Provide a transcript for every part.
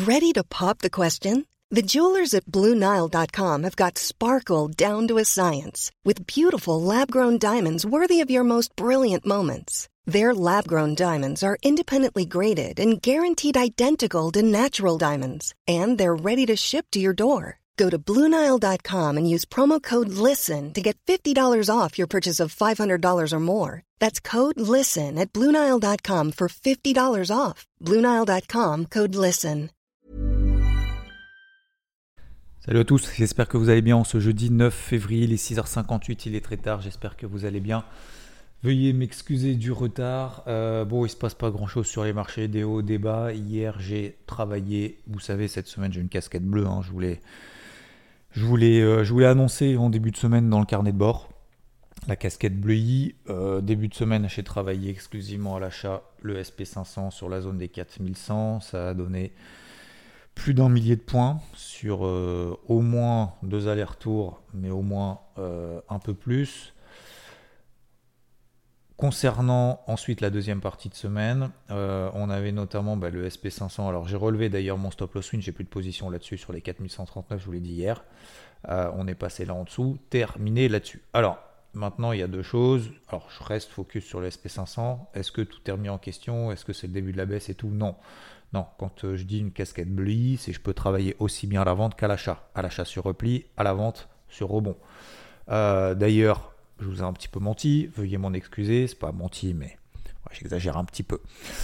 Ready to pop the question? The jewelers at BlueNile.com have got sparkle down to a science with beautiful lab-grown diamonds worthy of your most brilliant moments. Their lab-grown diamonds are independently graded and guaranteed identical to natural diamonds, and they're ready to ship to your door. Go to BlueNile.com and use promo code LISTEN to get $50 off your purchase of $500 or more. That's code LISTEN at BlueNile.com for $50 off. BlueNile.com, code LISTEN. Salut à tous, j'espère que vous allez bien en ce jeudi 9 février, il est 6h58, il est très tard, j'espère que vous allez bien. Veuillez m'excuser du retard. Il se passe pas grand chose sur les marchés, des hauts, des bas. Hier j'ai travaillé, vous savez cette semaine j'ai une casquette bleue, je voulais annoncer en début de semaine dans le carnet de bord. La casquette bleuie, début de semaine j'ai travaillé exclusivement à l'achat, le SP500 sur la zone des 4100, ça a donné plus d'1 millier de points sur au moins 2 allers-retours, mais au moins un peu plus. Concernant ensuite la deuxième partie de semaine, on avait notamment le SP500. Alors j'ai relevé d'ailleurs mon stop loss win, j'ai plus de position là-dessus sur les 4139, je vous l'ai dit hier. On est passé là en dessous, terminé là-dessus. Alors maintenant il y a deux choses. Alors je reste focus sur le SP500. Est-ce que tout est remis en question? Est-ce que c'est le début de la baisse et tout? Non. Non, quand je dis une casquette bleue, c'est que je peux travailler aussi bien à la vente qu'à l'achat. À l'achat sur repli, à la vente sur rebond. D'ailleurs, je vous ai un petit peu menti, veuillez m'en excuser, c'est pas menti, mais j'exagère un petit peu.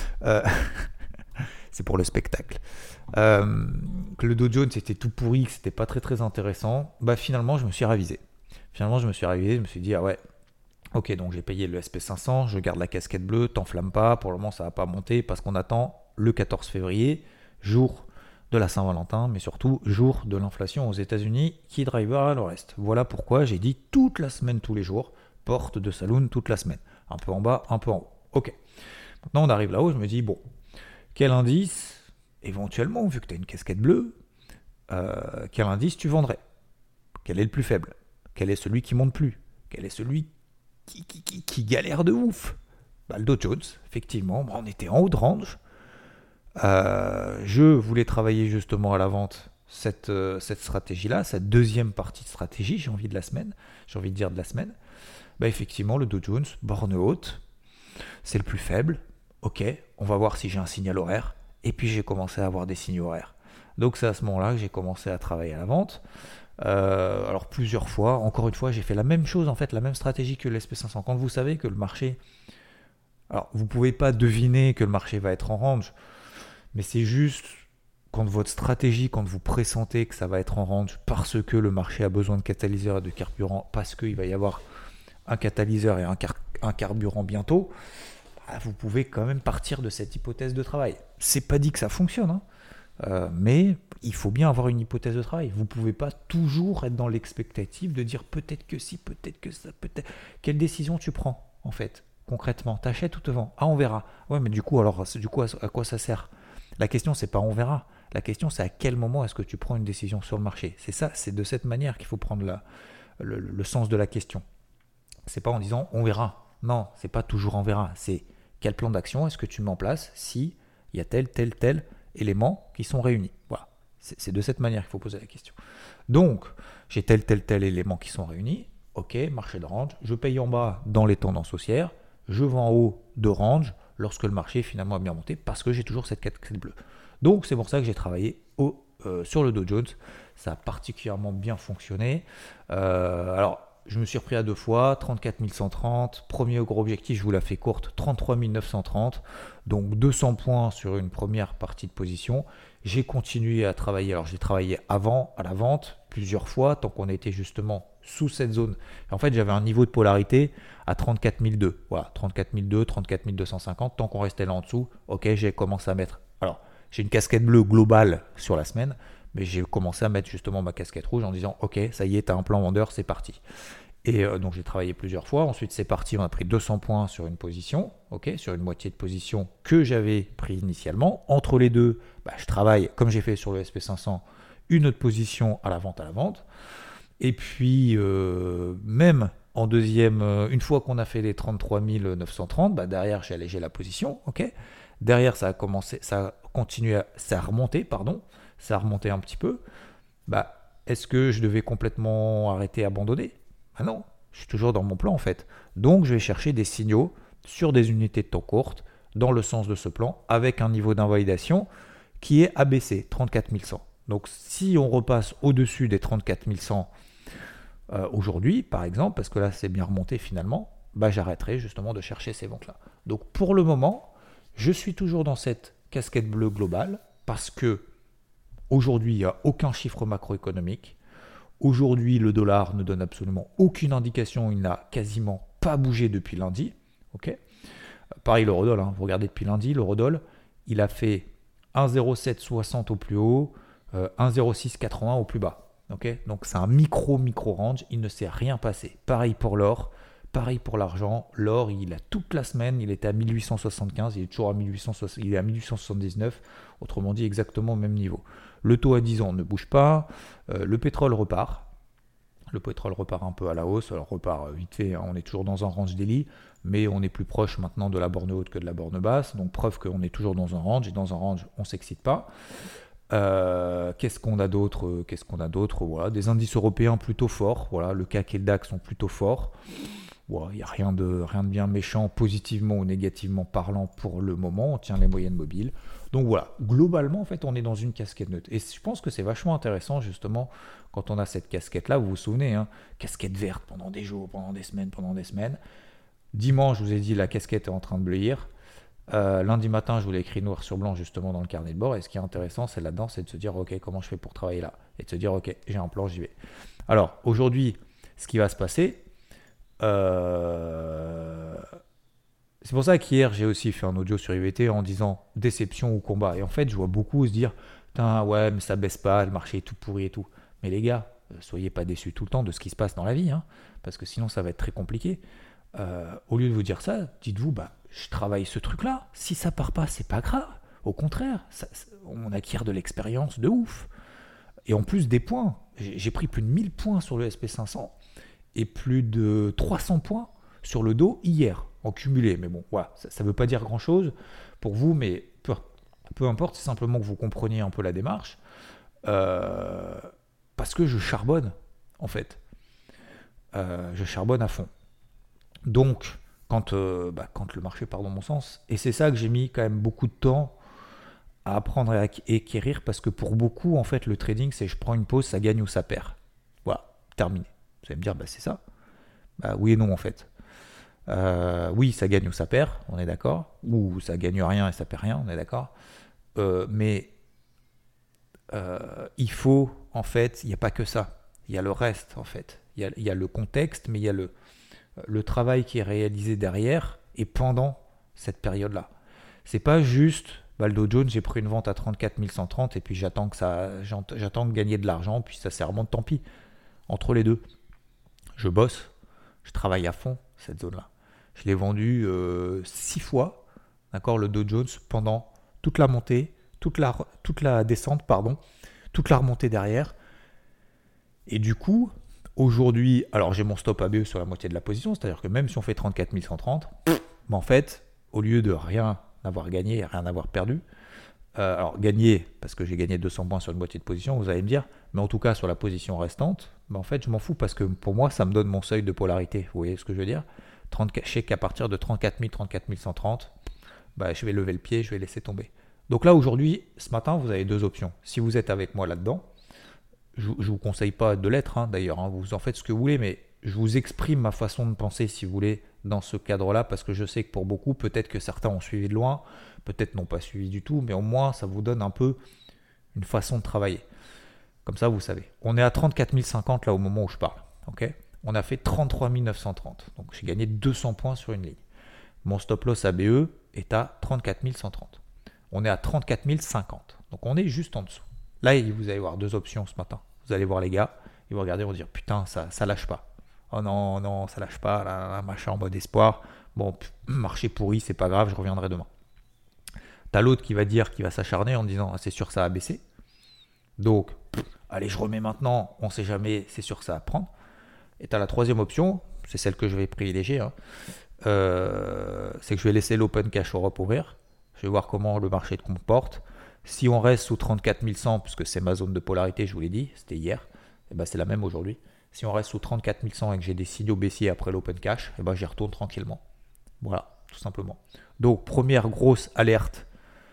C'est pour le spectacle. Que le Dow Jones était tout pourri, que c'était pas très très intéressant, finalement je me suis ravisé. Je me suis dit, ah ouais, ok, donc j'ai payé le SP500, je garde la casquette bleue, t'enflamme pas, pour le moment ça va pas monter parce qu'on attend le 14 février, jour de la Saint-Valentin, mais surtout jour de l'inflation aux États-Unis qui drivera le reste. Voilà pourquoi j'ai dit toute la semaine, tous les jours, porte de saloon toute la semaine. Un peu en bas, un peu en haut. Ok. Maintenant on arrive là-haut, je me dis, bon, quel indice, éventuellement, vu que tu as une casquette bleue, quel indice tu vendrais? Quel est le plus faible? Quel est celui qui monte plus? Quel est celui qui galère de ouf? Le Dow Jones, effectivement, on était en haut de range. Je voulais travailler justement à la vente cette stratégie-là, cette deuxième partie de stratégie, j'ai envie de dire de la semaine. Effectivement, le Dow Jones, borne haute, c'est le plus faible. Ok, on va voir si j'ai un signal horaire. Et puis j'ai commencé à avoir des signaux horaires. Donc c'est à ce moment-là que j'ai commencé à travailler à la vente. Alors plusieurs fois, encore une fois, j'ai fait la même chose, en fait, la même stratégie que l'SP500. Quand vous savez que le marché... Alors vous ne pouvez pas deviner que le marché va être en range, mais c'est juste quand votre stratégie, quand vous pressentez que ça va être en range parce que le marché a besoin de catalyseurs et de carburant, parce qu'il va y avoir un catalyseur et un carburant bientôt, vous pouvez quand même partir de cette hypothèse de travail. C'est pas dit que ça fonctionne, mais il faut bien avoir une hypothèse de travail. Vous ne pouvez pas toujours être dans l'expectative de dire peut-être que si, peut-être que ça, peut-être... Quelle décision tu prends en fait? Concrètement, t'achètes ou te vends? On verra. Ouais, mais du coup, à quoi ça sert? La question, c'est pas on verra. La question, c'est à quel moment est-ce que tu prends une décision sur le marché? C'est ça, c'est de cette manière qu'il faut prendre le sens de la question. C'est pas en disant on verra. Non, c'est pas toujours on verra. C'est quel plan d'action est-ce que tu mets en place si il y a tel élément qui sont réunis. Voilà. C'est de cette manière qu'il faut poser la question. Donc, j'ai tel élément qui sont réunis. Ok, marché de range. Je paye en bas dans les tendances haussières. Je vends en haut de range lorsque le marché finalement a bien monté parce que j'ai toujours cette casquette bleue. Donc c'est pour ça que j'ai travaillé sur le Dow Jones. Ça a particulièrement bien fonctionné. Alors je me suis repris à deux fois, 34 130. Premier gros objectif, je vous la fais courte, 33 930. Donc 200 points sur une première partie de position. J'ai continué à travailler. Alors j'ai travaillé avant à la vente plusieurs fois tant qu'on était justement sous cette zone. En fait, j'avais un niveau de polarité à 34 200. Voilà, 34 200, 34 250. Tant qu'on restait là en dessous, ok, j'ai commencé à mettre. Alors, j'ai une casquette bleue globale sur la semaine, mais j'ai commencé à mettre justement ma casquette rouge en disant, ok, ça y est, tu as un plan vendeur, c'est parti. Et donc, j'ai travaillé plusieurs fois. Ensuite, c'est parti, on a pris 200 points sur une position, ok, sur une moitié de position que j'avais pris initialement. Entre les deux, je travaille, comme j'ai fait sur le SP500, une autre position à la vente. Et puis, même en deuxième, une fois qu'on a fait les 33 930, derrière, j'ai allégé la position. Ok. Derrière, ça a ça a remonté un petit peu. Est-ce que je devais complètement arrêter, abandonner ? Non, je suis toujours dans mon plan en fait. Donc je vais chercher des signaux sur des unités de temps courtes dans le sens de ce plan avec un niveau d'invalidation qui est abaissé, 34 100. Donc si on repasse au-dessus des 34 100 aujourd'hui, par exemple, parce que là c'est bien remonté finalement, j'arrêterai justement de chercher ces ventes-là. Donc pour le moment, je suis toujours dans cette casquette bleue globale parce que aujourd'hui, il n'y a aucun chiffre macroéconomique. Aujourd'hui, le dollar ne donne absolument aucune indication. Il n'a quasiment pas bougé depuis lundi. Okay, pareil, l'eurodoll. Vous regardez depuis lundi, l'eurodoll, il a fait 1,0760 au plus haut, 1,0680 au plus bas. Okay, donc c'est un micro range. Il ne s'est rien passé. Pareil pour l'or. Pareil pour l'argent. L'or, il a toute la semaine, il était à 1875, il est toujours à 1879. Autrement dit, exactement au même niveau. Le taux à 10 ans ne bouge pas. Le pétrole repart. Le pétrole repart un peu à la hausse. Alors repart vite fait, on est toujours dans un range daily, mais on est plus proche maintenant de la borne haute que de la borne basse. Donc preuve qu'on est toujours dans un range, et dans un range, on ne s'excite pas. Qu'est-ce qu'on a d'autre Voilà, des indices européens plutôt forts. Voilà, le CAC et le DAX sont plutôt forts. Il n'y a rien de bien méchant, positivement ou négativement parlant pour le moment. On tient les moyennes mobiles. Donc voilà, globalement, en fait, on est dans une casquette neutre. Et je pense que c'est vachement intéressant, justement, quand on a cette casquette-là. Vous vous souvenez, casquette verte pendant des jours, pendant des semaines. Dimanche, je vous ai dit, la casquette est en train de bleuir. Lundi matin, je vous l'ai écrit noir sur blanc, justement, dans le carnet de bord. Et ce qui est intéressant, c'est là-dedans, c'est de se dire, OK, comment je fais pour travailler là ? Et de se dire, OK, j'ai un plan, j'y vais. Alors, aujourd'hui, ce qui va se passer... c'est pour ça qu'hier j'ai aussi fait un audio sur IVT en disant déception ou combat. Et en fait, je vois beaucoup se dire putain, ouais, mais ça baisse pas, le marché est tout pourri et tout. Mais les gars, soyez pas déçus tout le temps de ce qui se passe dans la vie, parce que sinon ça va être très compliqué. Au lieu de vous dire ça, dites-vous je travaille ce truc-là. Si ça part pas, c'est pas grave. Au contraire, on acquiert de l'expérience de ouf. Et en plus des points, j'ai pris plus de 1000 points sur le SP500. Et plus de 300 points sur le dos hier, en cumulé. Mais bon, voilà, ça ne veut pas dire grand-chose pour vous, mais peu importe, c'est simplement que vous compreniez un peu la démarche. Parce que je charbonne, en fait. Je charbonne à fond. Donc, quand le marché part dans mon sens, et c'est ça que j'ai mis quand même beaucoup de temps à apprendre et acquérir, parce que pour beaucoup, en fait, le trading, c'est je prends une pause, ça gagne ou ça perd. Voilà, terminé. Vous allez me dire, c'est ça. Oui et non, en fait. Oui, ça gagne ou ça perd, on est d'accord. Ou ça gagne rien et ça perd rien, on est d'accord. Mais il faut, en fait, il n'y a pas que ça. Il y a le reste, en fait. Il y a le contexte, mais il y a le travail qui est réalisé derrière et pendant cette période-là. C'est pas juste, le Dow Jones, j'ai pris une vente à 34 130 et puis j'attends de gagner de l'argent, puis ça remonte, tant pis. Entre les deux. Je bosse, je travaille à fond cette zone-là. Je l'ai vendu 6 fois, d'accord, le Dow Jones, pendant toute la montée, toute la descente, toute la remontée derrière. Et du coup, aujourd'hui, alors j'ai mon stop ABE sur la moitié de la position, c'est-à-dire que même si on fait 34 130, en fait, au lieu de rien avoir gagné et rien avoir perdu, alors gagné, parce que j'ai gagné 200 points sur une moitié de position, vous allez me dire, mais en tout cas sur la position restante, en fait je m'en fous parce que pour moi ça me donne mon seuil de polarité, vous voyez ce que je veux dire. Je sais qu'à partir de 34 130, je vais lever le pied, je vais laisser tomber. Donc là aujourd'hui, ce matin, vous avez deux options. Si vous êtes avec moi là-dedans, je ne vous conseille pas de l'être d'ailleurs, vous en faites ce que vous voulez, mais je vous exprime ma façon de penser si vous voulez dans ce cadre-là, parce que je sais que pour beaucoup, peut-être que certains ont suivi de loin, peut-être n'ont pas suivi du tout, mais au moins ça vous donne un peu une façon de travailler. Comme ça, vous savez. On est à 34 050 là au moment où je parle. Okay, on a fait 33 930. Donc j'ai gagné 200 points sur une ligne. Mon stop loss ABE est à 34 130. On est à 34 050. Donc on est juste en dessous. Là, vous allez voir deux options ce matin. Vous allez voir les gars, ils vont regarder, ils vont dire putain, ça lâche pas. Oh non, ça lâche pas, là, machin en mode espoir. Bon, marché pourri, c'est pas grave, je reviendrai demain. T'as l'autre qui va dire, qui va s'acharner en disant c'est sûr ça a baissé. Donc, allez, je remets maintenant, on sait jamais, c'est sûr ça va prendre. Et t'as la troisième option, c'est celle que je vais privilégier, c'est que je vais laisser l'Open Cash Europe ouvert. Je vais voir comment le marché se comporte. Si on reste sous 34 100, puisque c'est ma zone de polarité, je vous l'ai dit, c'était hier, et ben c'est la même aujourd'hui. Si on reste sous 34 100 et que j'ai des signaux baissiers après l'open cash, et ben j'y retourne tranquillement. Voilà, tout simplement. Donc première grosse alerte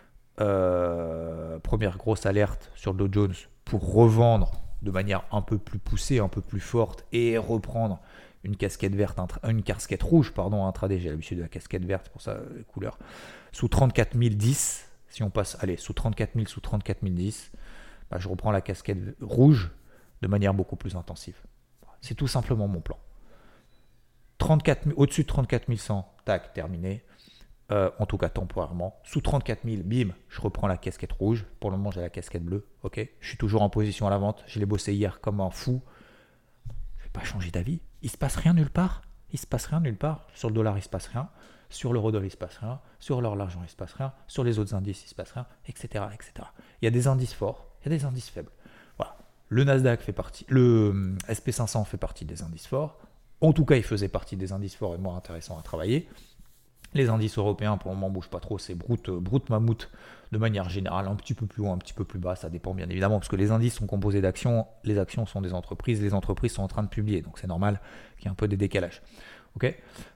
sur le Dow Jones pour revendre de manière un peu plus poussée, un peu plus forte et reprendre une casquette rouge, intraday. J'ai l'habitude de la casquette verte, pour ça les couleurs. Sous 34 010, si on passe, sous 34 000, sous 34 010, bah, je reprends la casquette rouge de manière beaucoup plus intensive. C'est tout simplement mon plan. Au-dessus de 34 100, tac, terminé. En tout cas temporairement. Sous 34 000, bim, je reprends la casquette rouge. Pour le moment, j'ai la casquette bleue. Ok, je suis toujours en position à la vente. Je l'ai bossé hier comme un fou. Je ne vais pas changer d'avis. Il se passe rien nulle part. Sur le dollar, il se passe rien. Sur l'euro-dollar, il se passe rien. Sur l'or, l'argent, il se passe rien. Sur les autres indices, il se passe rien, etc., etc. Il y a des indices forts, il y a des indices faibles. Voilà. Le Nasdaq fait partie, le SP500 fait partie des indices forts. En tout cas, il faisait partie des indices forts et moins intéressants à travailler. Les indices européens, pour le moment, ne bougent pas trop. C'est brut mammouth de manière générale, un petit peu plus haut, un petit peu plus bas. Ça dépend bien évidemment, parce que les indices sont composés d'actions. Les actions sont des entreprises. Les entreprises sont en train de publier. Donc, c'est normal qu'il y ait un peu des décalages. Ok.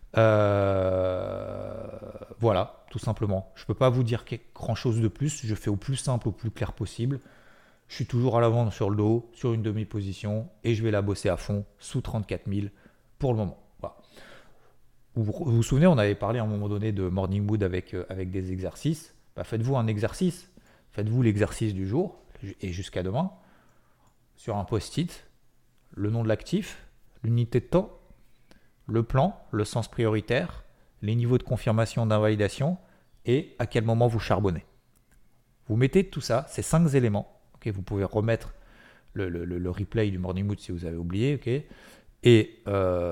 Voilà, tout simplement. Je ne peux pas vous dire grand-chose de plus. Je fais au plus simple, au plus clair possible. Je suis toujours à la vente sur le dos, sur une demi-position, et je vais la bosser à fond sous 34 000 pour le moment. Voilà. Vous vous souvenez, on avait parlé à un moment donné de morning mood avec des exercices. Bah, faites-vous un exercice. Faites-vous l'exercice du jour et jusqu'à demain. Sur un post-it, le nom de l'actif, l'unité de temps, le plan, le sens prioritaire, les niveaux de confirmation d'invalidation et à quel moment vous charbonnez. Vous mettez tout ça, ces 5 éléments. Okay, vous pouvez remettre le replay du morning mood si vous avez oublié. Okay, et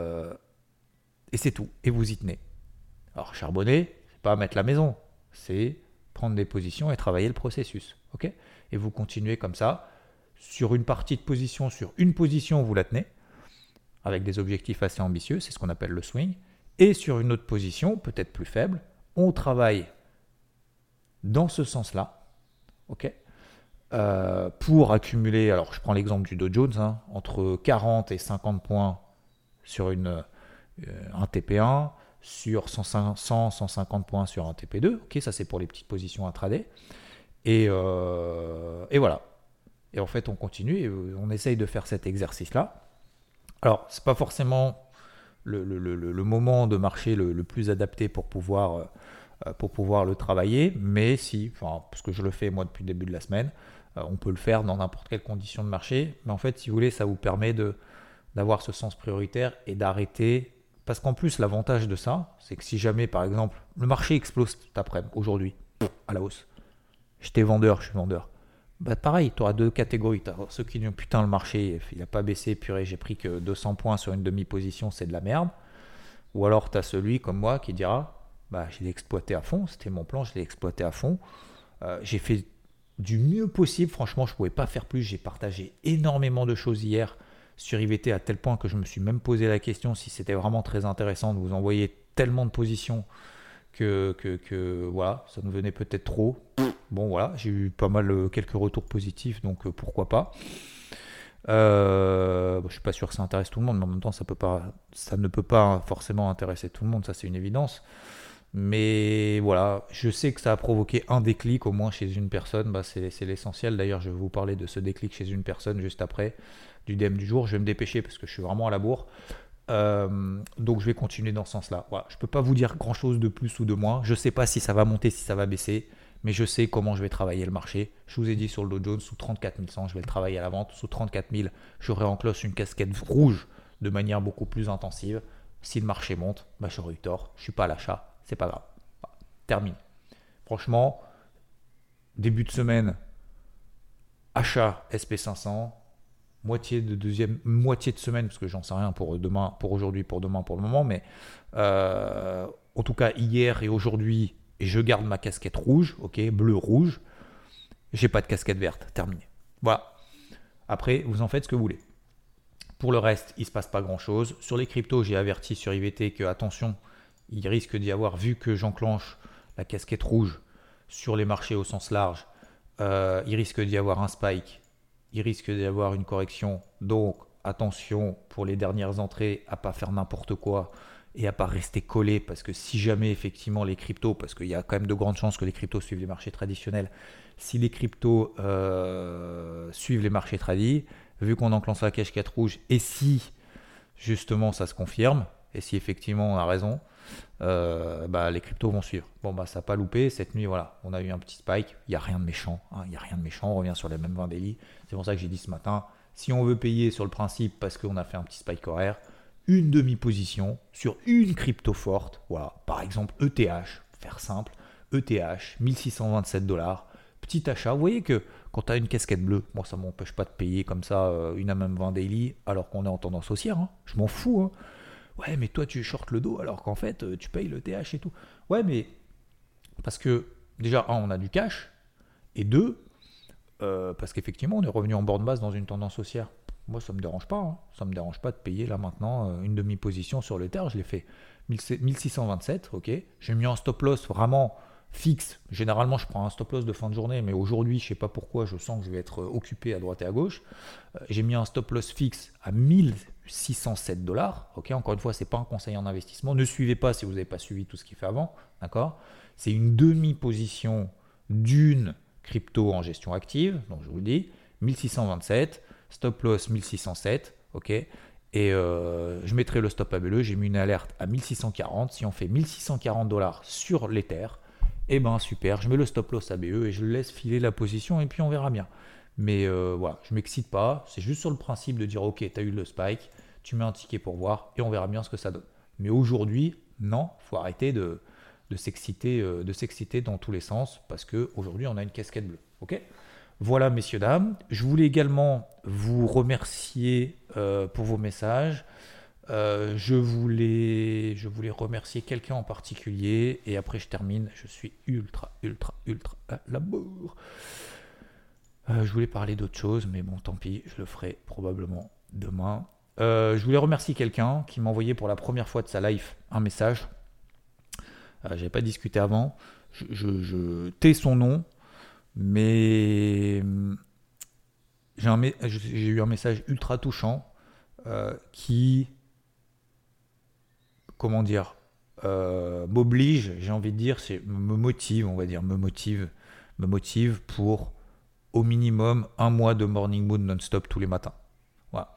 c'est tout. Et vous y tenez. Alors charbonner, c'est pas mettre la maison. C'est prendre des positions et travailler le processus. Okay, et vous continuez comme ça. Sur une partie de position, sur une position, vous la tenez. Avec des objectifs assez ambitieux, c'est ce qu'on appelle le swing. Et sur une autre position, peut-être plus faible, on travaille dans ce sens-là, ok, pour accumuler, alors je prends l'exemple du Dow Jones, entre 40 et 50 points sur un TP1, sur 150 points sur un TP2, ok, ça c'est pour les petites positions intraday. Et voilà. Et en fait, on continue et on essaye de faire cet exercice-là. Alors, ce n'est pas forcément le moment de marché le plus adapté pour pouvoir le travailler, mais parce que je le fais moi depuis le début de la semaine, on peut le faire dans n'importe quelle condition de marché. Mais en fait, si vous voulez, ça vous permet d'avoir ce sens prioritaire et d'arrêter. Parce qu'en plus, l'avantage de ça, c'est que si jamais, par exemple, le marché explose cet après-midi, aujourd'hui, à la hausse, j'étais vendeur, je suis vendeur. Bah pareil, tu auras 2 catégories. Tu as ceux qui disent putain, le marché, il n'a pas baissé, purée, j'ai pris que 200 points sur une demi-position, c'est de la merde. Ou alors tu as celui comme moi qui dira bah, je l'ai exploité à fond, c'était mon plan, je l'ai exploité à fond. J'ai fait du mieux possible, franchement, je ne pouvais pas faire plus. J'ai partagé énormément de choses hier sur IVT à tel point que je me suis même posé la question si c'était vraiment très intéressant de vous envoyer tellement de positions que voilà, ça nous venait peut-être trop. Bon voilà, j'ai eu pas mal quelques retours positifs, donc pourquoi pas. Je suis pas sûr que ça intéresse tout le monde, mais en même temps ça ne peut pas forcément intéresser tout le monde, ça c'est une évidence. Mais voilà, je sais que ça a provoqué un déclic au moins chez une personne, c'est l'essentiel. D'ailleurs, je vais vous parler de ce déclic chez une personne juste après du DM du jour. Je vais me dépêcher parce que je suis vraiment à la bourre. Donc je vais continuer dans ce sens-là. Voilà, je ne peux pas vous dire grand-chose de plus ou de moins. Je ne sais pas si ça va monter, si ça va baisser, mais je sais comment je vais travailler le marché. Je vous ai dit sur le Dow Jones, sous 34 100, je vais le travailler à la vente. Sous 34 000, j'aurai en cloche une casquette rouge de manière beaucoup plus intensive. Si le marché monte, j'aurai eu tort. Je ne suis pas à l'achat. C'est pas grave. Voilà, termine. Franchement, début de semaine, achat SP500, moitié de semaine, parce que j'en sais rien pour demain, pour aujourd'hui, pour demain, pour le moment, mais en tout cas hier et aujourd'hui, et je garde ma casquette rouge, ok, bleu-rouge, j'ai pas de casquette verte, terminé. Voilà. Après, vous en faites ce que vous voulez. Pour le reste, il ne se passe pas grand-chose. Sur les cryptos, j'ai averti sur IVT que, attention, il risque d'y avoir, vu que j'enclenche la casquette rouge sur les marchés au sens large, il risque d'y avoir un spike, il risque d'y avoir une correction. Donc, attention pour les dernières entrées à pas faire n'importe quoi et à pas rester collé, parce que si jamais effectivement les cryptos, parce qu'il y a quand même de grandes chances que les cryptos suivent les marchés traditionnels, si les cryptos suivent les marchés tradis, vu qu'on enclenche la casquette rouge, et si justement ça se confirme, et si effectivement on a raison, les cryptos vont suivre. Bon, ça n'a pas loupé. Cette nuit, voilà, on a eu un petit spike. Il n'y a rien de méchant. Il n'y a rien de méchant. On revient sur les mêmes 20 daily. C'est pour ça que j'ai dit ce matin, si on veut payer sur le principe parce qu'on a fait un petit spike horaire, une demi-position sur une crypto forte. Voilà, par exemple ETH, faire simple, ETH, 1627 $. Petit achat. Vous voyez que quand tu as une casquette bleue, moi ça ne m'empêche pas de payer comme ça une MM20 daily alors qu'on est en tendance haussière. Je m'en fous. Ouais, mais toi tu shortes le dos alors qu'en fait tu payes le TH et tout. Ouais, mais parce que déjà, on a du cash, et deux, parce qu'effectivement on est revenu en borne basse dans une tendance haussière. Moi ça me dérange pas. Ça me dérange pas de payer là maintenant une demi-position sur le TH. Je l'ai fait 1627, ok. J'ai mis un stop loss vraiment fixe. Généralement je prends un stop loss de fin de journée, mais aujourd'hui je sais pas pourquoi, je sens que je vais être occupé à droite et à gauche. J'ai mis un stop loss fixe à 1607 $. Ok, encore une fois, c'est pas un conseil en investissement. Ne suivez pas si vous n'avez pas suivi tout ce qu'il fait avant. D'accord. C'est une demi-position d'une crypto en gestion active. Donc je vous le dis, 1627, stop loss 1607. Ok. Et je mettrai le stop ABE. J'ai mis une alerte à 1640. Si on fait 1640 $ sur l'Ether, eh ben super. Je mets le stop loss ABE et je laisse filer la position et puis on verra bien. Mais voilà, je ne m'excite pas. C'est juste sur le principe de dire ok, tu as eu le spike, tu mets un ticket pour voir et on verra bien ce que ça donne. Mais aujourd'hui, non, il faut arrêter de s'exciter dans tous les sens, parce qu'aujourd'hui, on a une casquette bleue. Ok. Voilà, messieurs, dames. Je voulais également vous remercier pour vos messages. Je voulais remercier quelqu'un en particulier et après je termine. Je suis ultra à la bourre. Je voulais parler d'autre chose, mais bon, tant pis, je le ferai probablement demain. Je voulais remercier quelqu'un qui m'a envoyé pour la première fois de sa life un message. J'avais pas discuté avant. Je tais son nom, mais j'ai eu un message ultra touchant qui, comment dire, m'oblige, j'ai envie de dire, me motive pour au minimum un mois de morning mood non-stop tous les matins. Voilà.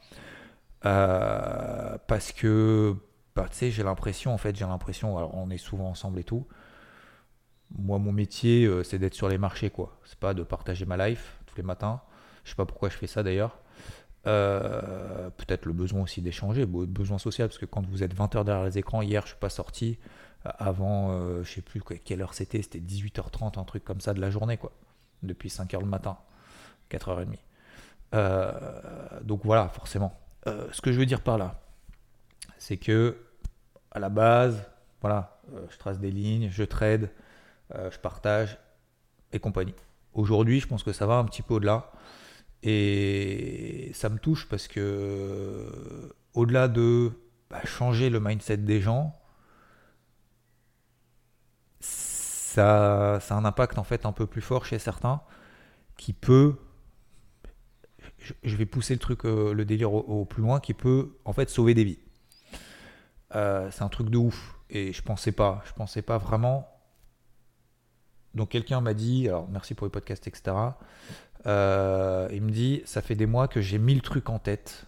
Parce que tu sais, j'ai l'impression, alors on est souvent ensemble et tout. Moi, mon métier, c'est d'être sur les marchés, quoi. C'est pas de partager ma life tous les matins. Je sais pas pourquoi je fais ça d'ailleurs. Peut-être le besoin aussi d'échanger, besoin social, parce que quand vous êtes 20 heures derrière les écrans, hier je suis pas sorti avant, je sais plus quelle heure c'était 18h30, un truc comme ça de la journée, quoi. Depuis 5h le matin, 4h30. Donc voilà, forcément. Ce que je veux dire par là, c'est que à la base, voilà, je trace des lignes, je trade, je partage et compagnie. Aujourd'hui, je pense que ça va un petit peu au-delà et ça me touche parce que au-delà de changer le mindset des gens, ça a un impact en fait un peu plus fort chez certains qui peut, je vais pousser le truc, le délire au plus loin, qui peut en fait sauver des vies. C'est un truc de ouf et je pensais pas vraiment. Donc quelqu'un m'a dit, alors merci pour les podcasts, etc. Il me dit, ça fait des mois que j'ai 1000 trucs en tête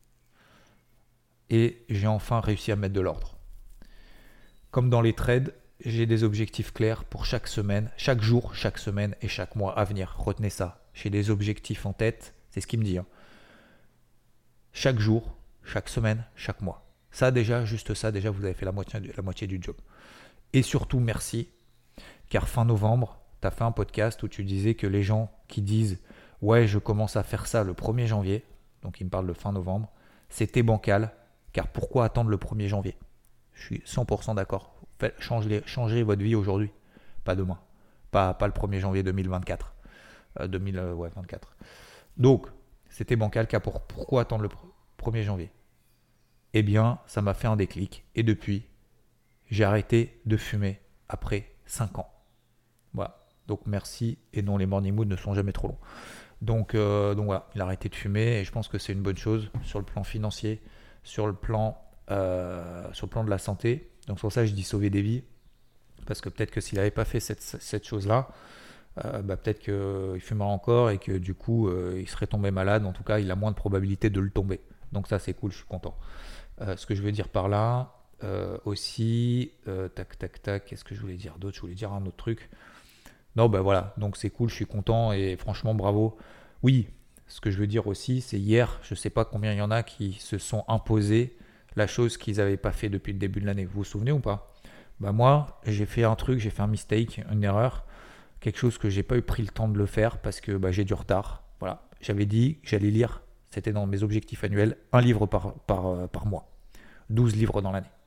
et j'ai enfin réussi à mettre de l'ordre. Comme dans les trades, j'ai des objectifs clairs pour chaque semaine, chaque jour, chaque semaine et chaque mois à venir. Retenez ça. J'ai des objectifs en tête, c'est ce qu'il me dit. Chaque jour, chaque semaine, chaque mois. Ça déjà, juste ça, déjà vous avez fait la moitié du job. Et surtout, merci, car fin novembre, tu as fait un podcast où tu disais que les gens qui disent « Ouais, je commence à faire ça le 1er janvier », donc il me parle de fin novembre, c'était bancal, car pourquoi attendre le 1er janvier ? Je suis 100% d'accord. Changez votre vie aujourd'hui, pas demain. Pas le 1er janvier 2024. 2024. Donc, c'était bancal, car pourquoi attendre le 1er janvier ? Eh bien, ça m'a fait un déclic. Et depuis, j'ai arrêté de fumer après 5 ans. Voilà. Donc merci, et non, les morning mood ne sont jamais trop longs. Donc voilà, il a arrêté de fumer et je pense que c'est une bonne chose sur le plan financier, sur le plan de la santé. Donc c'est pour ça que je dis sauver des vies, parce que peut-être que s'il n'avait pas fait cette chose-là, peut-être qu'il fumerait encore et que du coup il serait tombé malade. En tout cas, il a moins de probabilité de le tomber. Donc ça, c'est cool, je suis content. Ce que je veux dire par là aussi, qu'est-ce que je voulais dire d'autre? Je voulais dire un autre truc. Non, voilà, donc c'est cool, je suis content et franchement, bravo. Oui, ce que je veux dire aussi, c'est hier, je ne sais pas combien il y en a qui se sont imposés la chose qu'ils n'avaient pas fait depuis le début de l'année. Vous vous souvenez ou pas? Moi, j'ai fait un truc, j'ai fait un mistake, une erreur, quelque chose que j'ai pas eu pris le temps de le faire parce que j'ai du retard. Voilà, j'avais dit que j'allais lire, c'était dans mes objectifs annuels, un livre par mois, 12 livres dans l'année.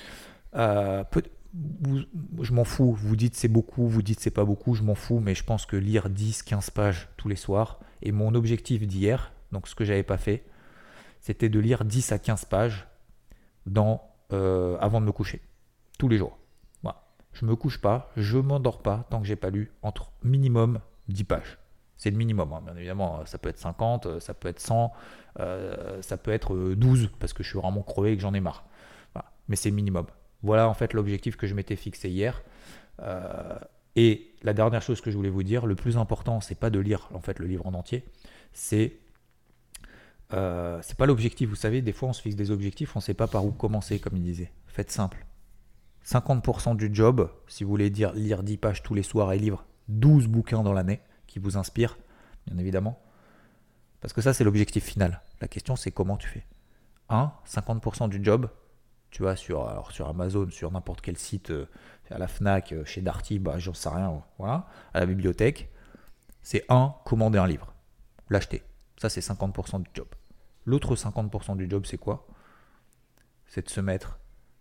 Je m'en fous, vous dites c'est beaucoup, vous dites c'est pas beaucoup, je m'en fous, mais je pense que lire 10-15 pages tous les soirs, et mon objectif d'hier, donc ce que j'avais pas fait, c'était de lire 10 à 15 pages avant de me coucher, tous les jours. Voilà. Je me couche pas, je m'endors pas tant que j'ai pas lu entre minimum 10 pages. C'est le minimum, hein. Bien évidemment, ça peut être 50, ça peut être 100, ça peut être 12, parce que je suis vraiment crevé et que j'en ai marre. Voilà. Mais c'est le minimum. Voilà en fait l'objectif que je m'étais fixé hier. Et la dernière chose que je voulais vous dire, le plus important, c'est pas de lire en fait le livre en entier, c'est pas l'objectif. Vous savez, des fois on se fixe des objectifs, on ne sait pas par où commencer, comme il disait. Faites simple. 50% du job, si vous voulez dire lire 10 pages tous les soirs et lire 12 bouquins dans l'année qui vous inspirent, bien évidemment. Parce que ça, c'est l'objectif final. La question, c'est comment tu fais. 50% du job, tu vas sur Amazon, sur n'importe quel site, à la Fnac, chez Darty, j'en sais rien, voilà, à la bibliothèque, c'est commander un livre, l'acheter. Ça, c'est 50% du job. L'autre 50% du job, c'est quoi? C'est de se mettre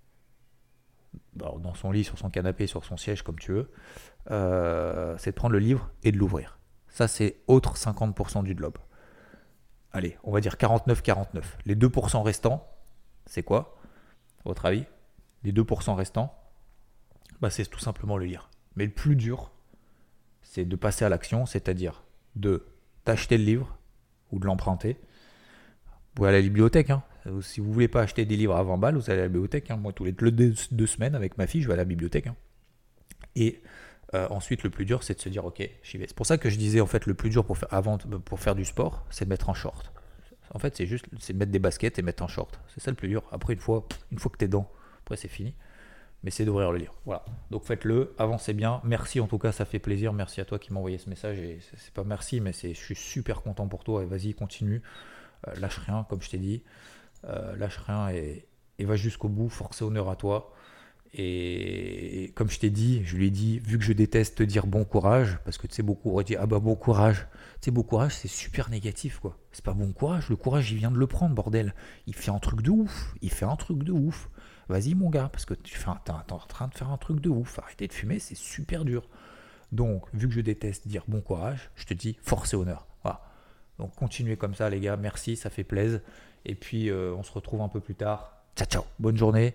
dans son lit, sur son canapé, sur son siège, comme tu veux. C'est de prendre le livre et de l'ouvrir. Ça, c'est autre 50% du job. Allez, on va dire 49-49. Les 2% restants, c'est quoi, à votre avis? Les 2% restants, c'est tout simplement le lire. Mais le plus dur, c'est de passer à l'action, c'est-à-dire de t'acheter le livre ou de l'emprunter. Vous pouvez aller à la bibliothèque. Si vous ne voulez pas acheter des livres à 20 balles, vous allez à la bibliothèque. Moi, tous les 2 semaines, avec ma fille, je vais à la bibliothèque. Et ensuite, le plus dur, c'est de se dire, ok, j'y vais. C'est pour ça que je disais, en fait, le plus dur pour faire du sport, c'est de mettre en short. En fait, c'est de mettre des baskets et mettre en short. C'est ça le plus dur. Après, une fois que t'es dedans, après, c'est fini. Mais c'est d'ouvrir le livre. Voilà. Donc faites-le, avancez bien. Merci en tout cas, ça fait plaisir. Merci à toi qui m'a envoyé ce message. Et c'est pas merci, mais je suis super content pour toi. Et vas-y, continue. Lâche rien, comme je t'ai dit. Lâche rien et va jusqu'au bout. Force et honneur à toi. Et comme je t'ai dit, je lui ai dit, vu que je déteste te dire bon courage, parce que tu sais, beaucoup auraient dit, bon courage. Tu sais, bon courage, c'est super négatif, quoi. C'est pas bon courage. Le courage, il vient de le prendre, bordel. Il fait un truc de ouf. Vas-y mon gars, parce que t'es en train de faire un truc de ouf. Arrêtez de fumer, c'est super dur. Donc, vu que je déteste dire bon courage, je te dis force et honneur. Voilà. Donc, continuez comme ça les gars, merci, ça fait plaisir. Et puis, on se retrouve un peu plus tard. Ciao, ciao. Bonne journée.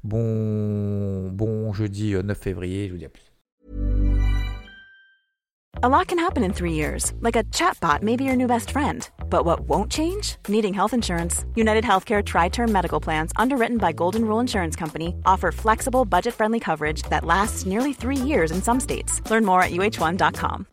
Bon jeudi 9 février, je vous dis à plus. A lot can happen in 3 years, like a chatbot may be your new best friend. But what won't change? Needing health insurance. United Healthcare Tri-Term Medical Plans, underwritten by Golden Rule Insurance Company, offer flexible, budget-friendly coverage that lasts nearly 3 years in some states. Learn more at uh1.com.